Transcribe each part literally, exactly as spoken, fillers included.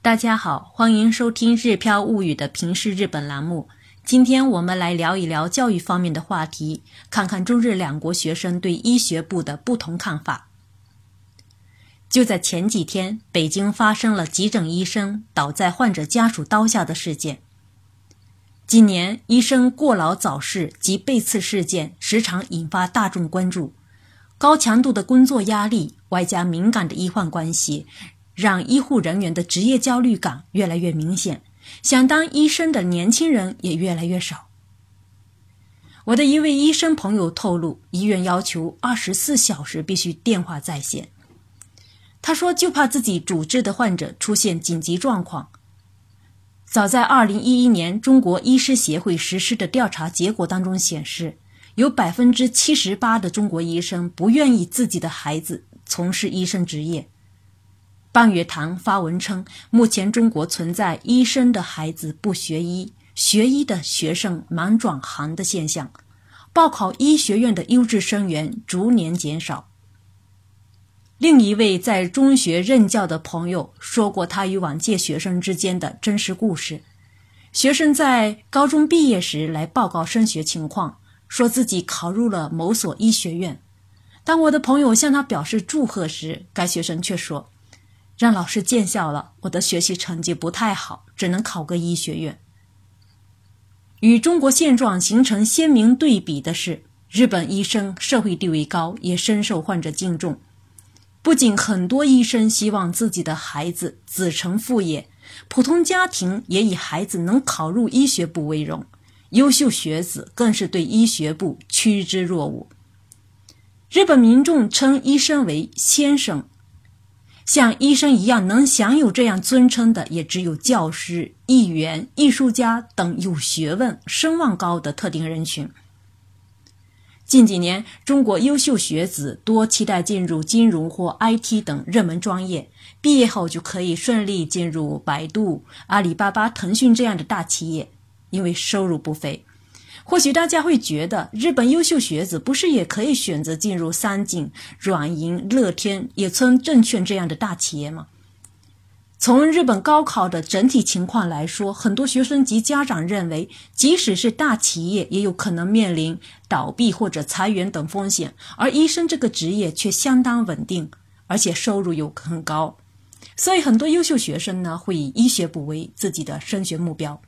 大家好，欢迎收听日飘物语的平视日本栏目。今天我们来聊一聊教育方面的话题，看看中日两国学生对医学部的不同看法。就在前几天，北京发生了急诊医生倒在患者家属刀下的事件。近年，医生过劳早逝及被刺事件时常引发大众关注。高强度的工作压力，外加敏感的医患关系，让医护人员的职业焦虑感越来越明显，想当医生的年轻人也越来越少。我的一位医生朋友透露，医院要求二十四小时必须电话在线。他说就怕自己主治的患者出现紧急状况。早在二零一一年中国医师协会实施的调查结果当中显示，有 百分之七十八 的中国医生不愿意自己的孩子从事医生职业。半月堂发文称，目前中国存在医生的孩子不学医，学医的学生忙转行的现象，报考医学院的优质生源逐年减少。另一位在中学任教的朋友说过他与往届学生之间的真实故事。学生在高中毕业时来报告升学情况，说自己考入了某所医学院。当我的朋友向他表示祝贺时，该学生却说，让老师见笑了，我的学习成绩不太好，只能考个医学院。与中国现状形成鲜明对比的是，日本医生社会地位高，也深受患者敬重。不仅很多医生希望自己的孩子子承父业，普通家庭也以孩子能考入医学部为荣，优秀学子更是对医学部趋之若鹜。日本民众称医生为先生，像医生一样能享有这样尊称的也只有教师、议员、艺术家等有学问、声望高的特定人群。近几年，中国优秀学子多期待进入金融或 I T 等热门专业，毕业后就可以顺利进入百度、阿里巴巴、腾讯这样的大企业，因为收入不菲。或许大家会觉得，日本优秀学子不是也可以选择进入三井、软银、乐天、野村证券这样的大企业吗？从日本高考的整体情况来说，很多学生及家长认为，即使是大企业也有可能面临倒闭或者裁员等风险，而医生这个职业却相当稳定，而且收入又很高。所以很多优秀学生呢，会以医学部为自己的升学目标。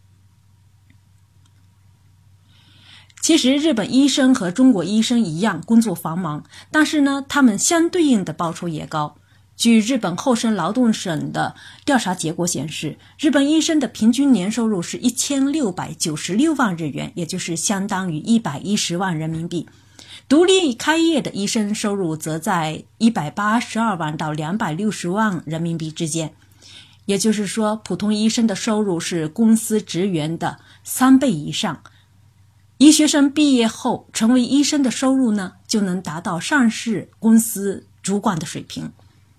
其实日本医生和中国医生一样工作繁忙，但是呢，他们相对应的报酬也高。据日本厚生劳动省的调查结果显示，日本医生的平均年收入是一千六百九十六万日元，也就是相当于一百一十万人民币。独立开业的医生收入则在一百八十二万到两百六十万人民币之间。也就是说，普通医生的收入是公司职员的三倍以上。医学生毕业后成为医生的收入呢，就能达到上市公司主管的水平。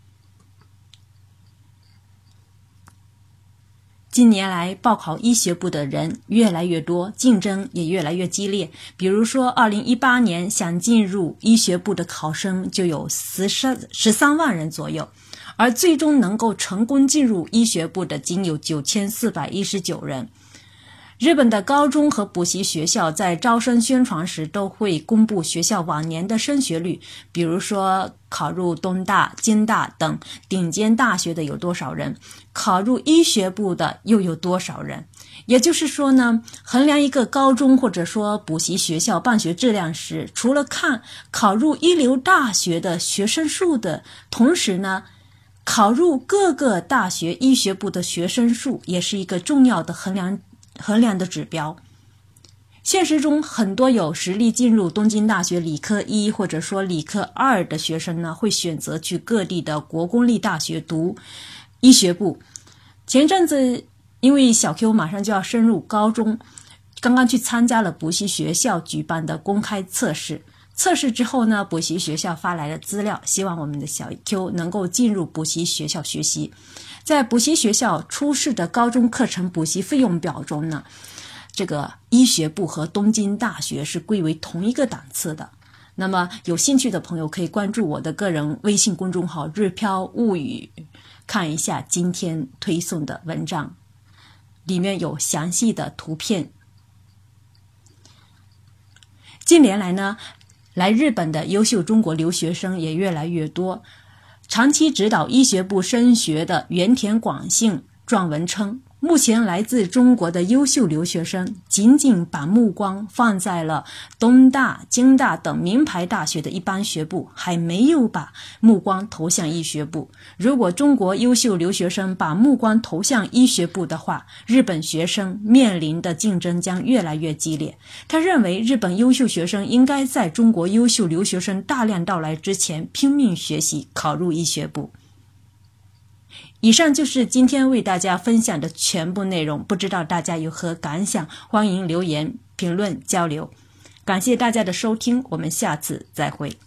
近年来，报考医学部的人越来越多，竞争也越来越激烈。比如说，二零一八年想进入医学部的考生就有十三万人左右，而最终能够成功进入医学部的仅有九千四百一十九人。日本的高中和补习学校在招生宣传时都会公布学校往年的升学率，比如说考入东大、京大等顶尖大学的有多少人，考入医学部的又有多少人。也就是说呢，衡量一个高中或者说补习学校办学质量时，除了看考入一流大学的学生数的同时呢，考入各个大学医学部的学生数也是一个重要的衡量衡量的指标。现实中，很多有实力进入东京大学理科一或者说理科二的学生呢，会选择去各地的国公立大学读医学部。前阵子因为小 Q 马上就要升入高中，刚刚去参加了补习学校举办的公开测试。测试之后呢，补习学校发来了资料，希望我们的小 Q 能够进入补习学校学习。在补习学校出示的高中课程补习费用表中呢，这个医学部和东京大学是归为同一个档次的。那么有兴趣的朋友可以关注我的个人微信公众号日飘物语， 看一下今天推送的文章，里面有详细的图片。近年来呢，来日本的优秀中国留学生也越来越多。长期指导医学部升学的原田广信撰文称，目前来自中国的优秀留学生仅仅把目光放在了东大、京大等名牌大学的一般学部，还没有把目光投向医学部。如果中国优秀留学生把目光投向医学部的话，日本学生面临的竞争将越来越激烈。他认为日本优秀学生应该在中国优秀留学生大量到来之前拼命学习，考入医学部。以上就是今天为大家分享的全部内容，不知道大家有何感想，欢迎留言评论交流。感谢大家的收听，我们下次再会。